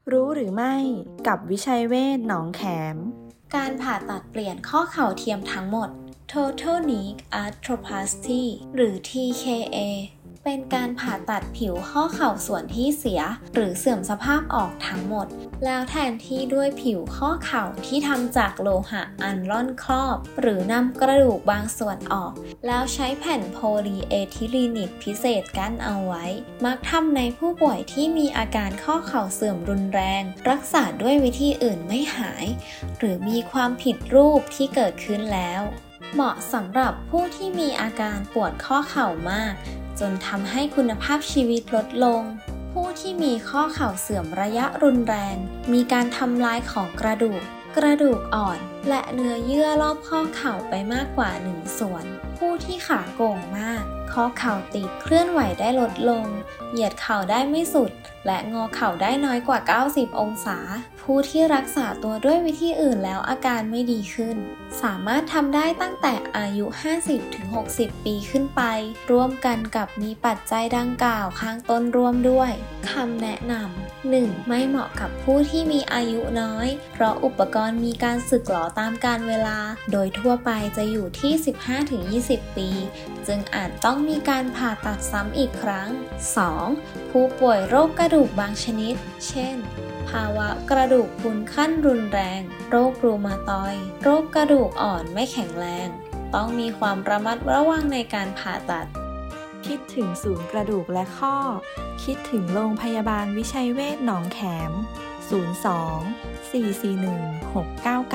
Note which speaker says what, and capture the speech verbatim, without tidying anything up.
Speaker 1: รู้หรือไม่กับวิชัยเวชหนองแขม
Speaker 2: การผ่าตัดเปลี่ยนข้อเข่าเทียมทั้งหมด Total Knee Arthroplasty หรือ ที เค เอ เป็นการผ่าตัดผิวข้อเข่าส่วนที่เสียหรือเสื่อมสภาพออกทั้งหมดแล้วแทนที่ด้วยผิวข้อเข่าที่ทำจากโลหะอันร่อนครอบหรือนำกระดูกบางส่วนออกแล้วใช้แผ่นโพลีเอทิลีนิดพิเศษกั้นเอาไว้มักทำในผู้ป่วยที่มีอาการข้อเข่าเสื่อมรุนแรงรักษาด้วยวิธีอื่นไม่หายหรือมีความผิดรูปที่เกิดขึ้นแล้วเหมาะสำหรับผู้ที่มีอาการปวดข้อเข่ามากจนทำให้คุณภาพชีวิตลดลงผู้ที่มีข้อเข่าเสื่อมระยะรุนแรงมีการทำลายของกระดูกกระดูกอ่อนและเนื้อเยื่อรอบข้อเข่าไปมากกว่าหนึ่งส่วนผู้ที่ขาโก่งมากข้อเข่าติดเคลื่อนไหวได้ลดลงเหยียดเข่าได้ไม่สุดและงอเข่าได้น้อยกว่าเก้าสิบองศาผู้ที่รักษาตัวด้วยวิธีอื่นแล้วอาการไม่ดีขึ้นสามารถทำได้ตั้งแต่อายุ ห้าสิบถึงหกสิบ ปีขึ้นไปร่วมกันกับมีปัจจัยดังกล่าวข้างต้นร่วมด้วยคำแนะนำ หนึ่ง ไม่เหมาะกับผู้ที่มีอายุน้อยเพราะอุปกรณ์มีการสึกหรอตามกาลเวลาโดยทั่วไปจะอยู่ที่ สิบห้าถึงยี่สิบ ปีจึงอาจต้องมีการผ่าตัดซ้ำอีกครั้ง สอง ผู้ป่วยโรคกระดูกบางชนิดเช่นภาวะกระดูกพรุนขั้นรุนแรงโรครูมาตอยด์โรคกระดูกอ่อนไม่แข็งแรงต้องมีความระมัดระวังในการผ่าตัด
Speaker 1: คิดถึงศูนย์กระดูกและข้อคิดถึงโรงพยาบาลวิชัยเวชหนองแขมศูนย์ สอง สี่ สี่ หนึ่ง หก เก้า เก้า